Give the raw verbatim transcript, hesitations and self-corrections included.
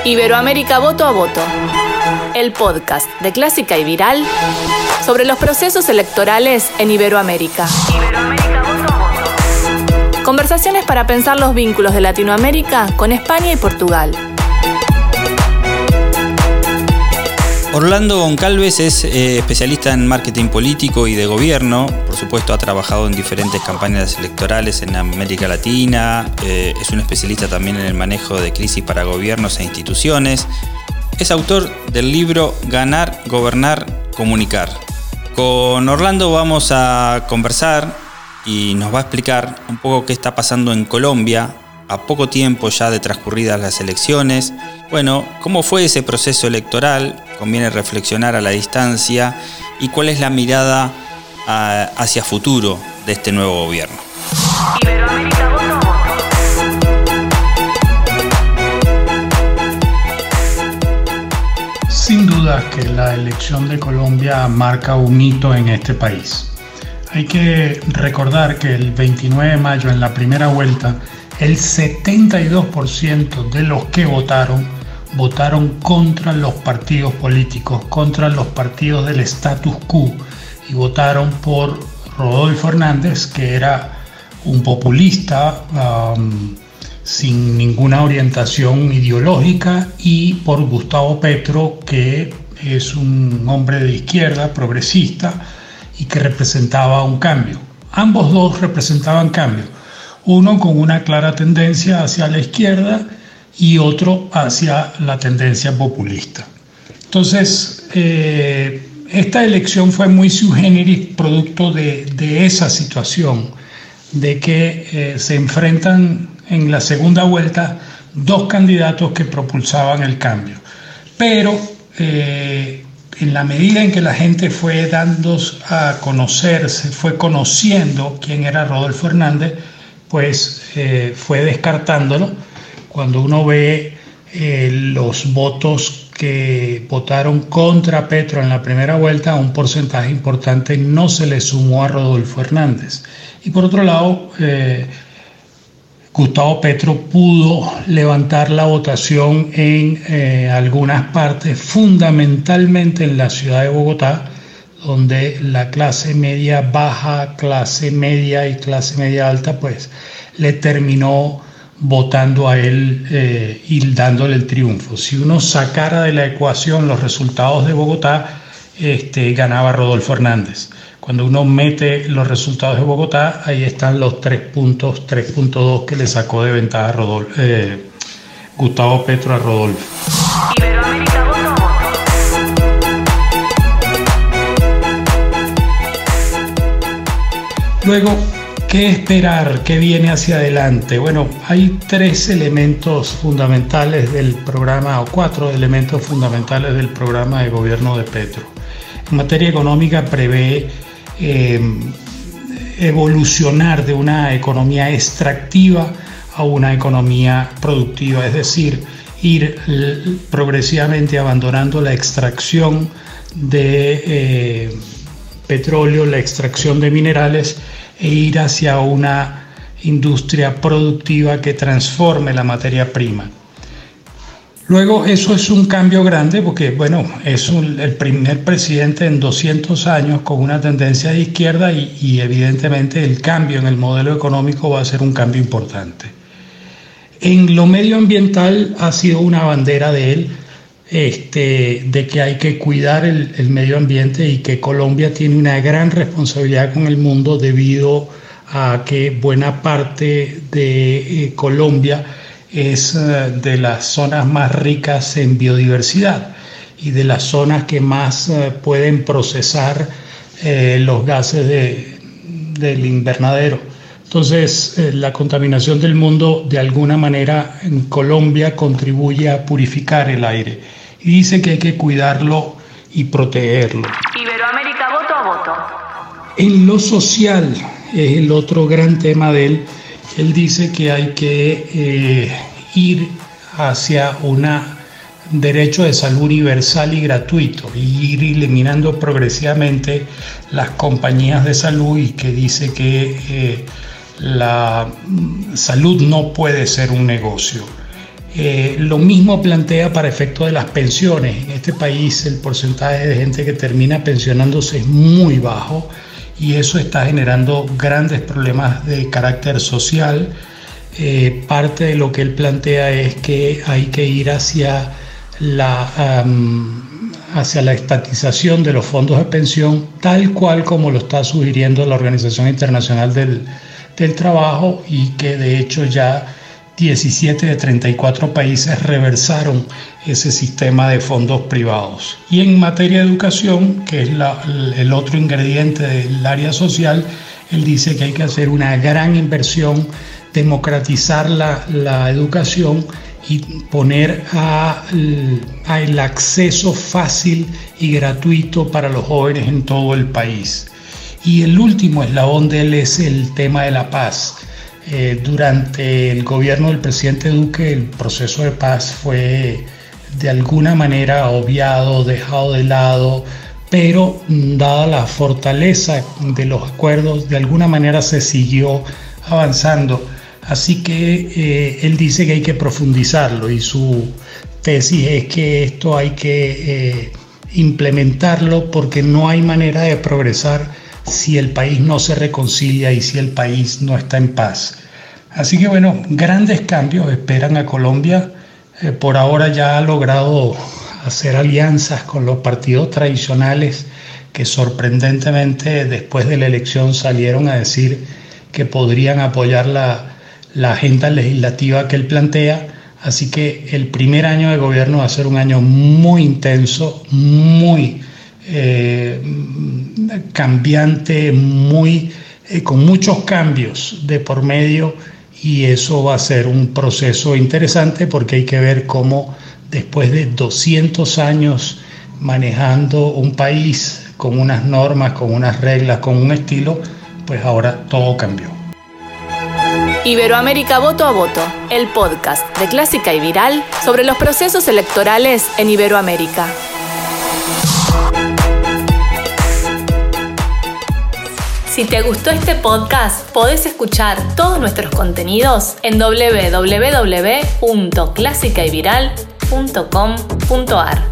Iberoamérica Voto a Voto, el podcast de Clásica y Viral sobre los procesos electorales en Iberoamérica. Iberoamérica Voto a Voto. Conversaciones para pensar los vínculos de Latinoamérica con España y Portugal. Orlando Goncalves es eh, especialista en marketing político y de gobierno. Por supuesto, ha trabajado en diferentes campañas electorales en América Latina. Eh, es un especialista también en el manejo de crisis para gobiernos e instituciones. Es autor del libro Ganar, Gobernar, Comunicar. Con Orlando vamos a conversar y nos va a explicar un poco qué está pasando en Colombia a poco tiempo ya de transcurridas las elecciones. Bueno, ¿cómo fue ese proceso electoral? Conviene reflexionar a la distancia y cuál es la mirada a, hacia futuro de este nuevo gobierno. Iberoamérica Voto a Voto. Sin duda que la elección de Colombia marca un hito en este país. Hay que recordar que el veintinueve de mayo, en la primera vuelta, el setenta y dos por ciento de los que votaron, votaron contra los partidos políticos, contra los partidos del status quo, y votaron por Rodolfo Hernández, que era un populista um, sin ninguna orientación ideológica, y por Gustavo Petro, que es un hombre de izquierda, progresista, y que representaba un cambio. Ambos dos representaban cambio. Uno con una clara tendencia hacia la izquierda y otro hacia la tendencia populista. Entonces, eh, esta elección fue muy sui generis, producto de, de esa situación, de que eh, se enfrentan en la segunda vuelta dos candidatos que propulsaban el cambio. Pero eh, en la medida en que la gente fue dando a conocer, se fue conociendo quién era Rodolfo Hernández, pues eh, fue descartándolo. Cuando uno ve eh, los votos que votaron contra Petro en la primera vuelta, un porcentaje importante no se le sumó a Rodolfo Hernández. Y por otro lado, eh, Gustavo Petro pudo levantar la votación en eh, algunas partes, fundamentalmente en la ciudad de Bogotá, donde la clase media baja, clase media y clase media alta, pues le terminó votando a él eh, y dándole el triunfo. Si uno sacara de la ecuación los resultados de Bogotá, este, ganaba Rodolfo Hernández. Cuando uno mete los resultados de Bogotá, ahí están los tres puntos, tres punto dos que le sacó de ventaja a Rodolfo, eh, Gustavo Petro a Rodolfo. Iberoamérica Voto a Voto. Luego, ¿qué esperar? ¿Qué viene hacia adelante? Bueno, hay tres elementos fundamentales del programa, o cuatro elementos fundamentales del programa de gobierno de Petro. En materia económica prevé eh, evolucionar de una economía extractiva a una economía productiva, es decir, ir l- progresivamente abandonando la extracción de eh, petróleo, la extracción de minerales, e ir hacia una industria productiva que transforme la materia prima. Luego, eso es un cambio grande porque, bueno, es un, el primer presidente en doscientos años con una tendencia de izquierda y, y evidentemente el cambio en el modelo económico va a ser un cambio importante. En lo medioambiental ha sido una bandera de él, Este, de que hay que cuidar el, el medio ambiente y que Colombia tiene una gran responsabilidad con el mundo debido a que buena parte de eh, Colombia es uh, de las zonas más ricas en biodiversidad y de las zonas que más uh, pueden procesar eh, los gases de, del invernadero. Entonces, eh, la contaminación del mundo de alguna manera en Colombia contribuye a purificar el aire. Y dice que hay que cuidarlo y protegerlo. Iberoamérica Voto a Voto. En lo social es el otro gran tema de él. Él dice que hay que eh, ir hacia un derecho de salud universal y gratuito y ir eliminando progresivamente las compañías de salud, y que dice que eh, la salud no puede ser un negocio. Eh, lo mismo plantea para efecto de las pensiones. En este país el porcentaje de gente que termina pensionándose es muy bajo y eso está generando grandes problemas de carácter social. Eh, parte de lo que él plantea es que hay que ir hacia la, um, hacia la estatización de los fondos de pensión, tal cual como lo está sugiriendo la Organización Internacional del, del Trabajo, y que de hecho ya diecisiete de treinta y cuatro países reversaron ese sistema de fondos privados. Y en materia de educación, que es la, el otro ingrediente del área social, él dice que hay que hacer una gran inversión, democratizar la, la educación y poner a, a el acceso fácil y gratuito para los jóvenes en todo el país. Y el último eslabón de él es el tema de la paz. Eh, durante el gobierno del presidente Duque, el proceso de paz fue de alguna manera obviado, dejado de lado, pero dada la fortaleza de los acuerdos, de alguna manera se siguió avanzando. Así que eh, él dice que hay que profundizarlo, y su tesis es que esto hay que eh, implementarlo, porque no hay manera de progresar si el país no se reconcilia y si el país no está en paz. Así que bueno, grandes cambios esperan a Colombia. Eh, por ahora ya ha logrado hacer alianzas con los partidos tradicionales que sorprendentemente después de la elección salieron a decir que podrían apoyar la, la agenda legislativa que él plantea. Así que el primer año de gobierno va a ser un año muy intenso, muy Eh, cambiante, muy, eh, con muchos cambios de por medio, y eso va a ser un proceso interesante porque hay que ver cómo después de doscientos años manejando un país con unas normas, con unas reglas, con un estilo, pues ahora todo cambió. Iberoamérica Voto a Voto, el podcast de Clásica y Viral sobre los procesos electorales en Iberoamérica. Si te gustó este podcast, podés escuchar todos nuestros contenidos en doble u doble u doble u punto clásica y viral punto com punto a r.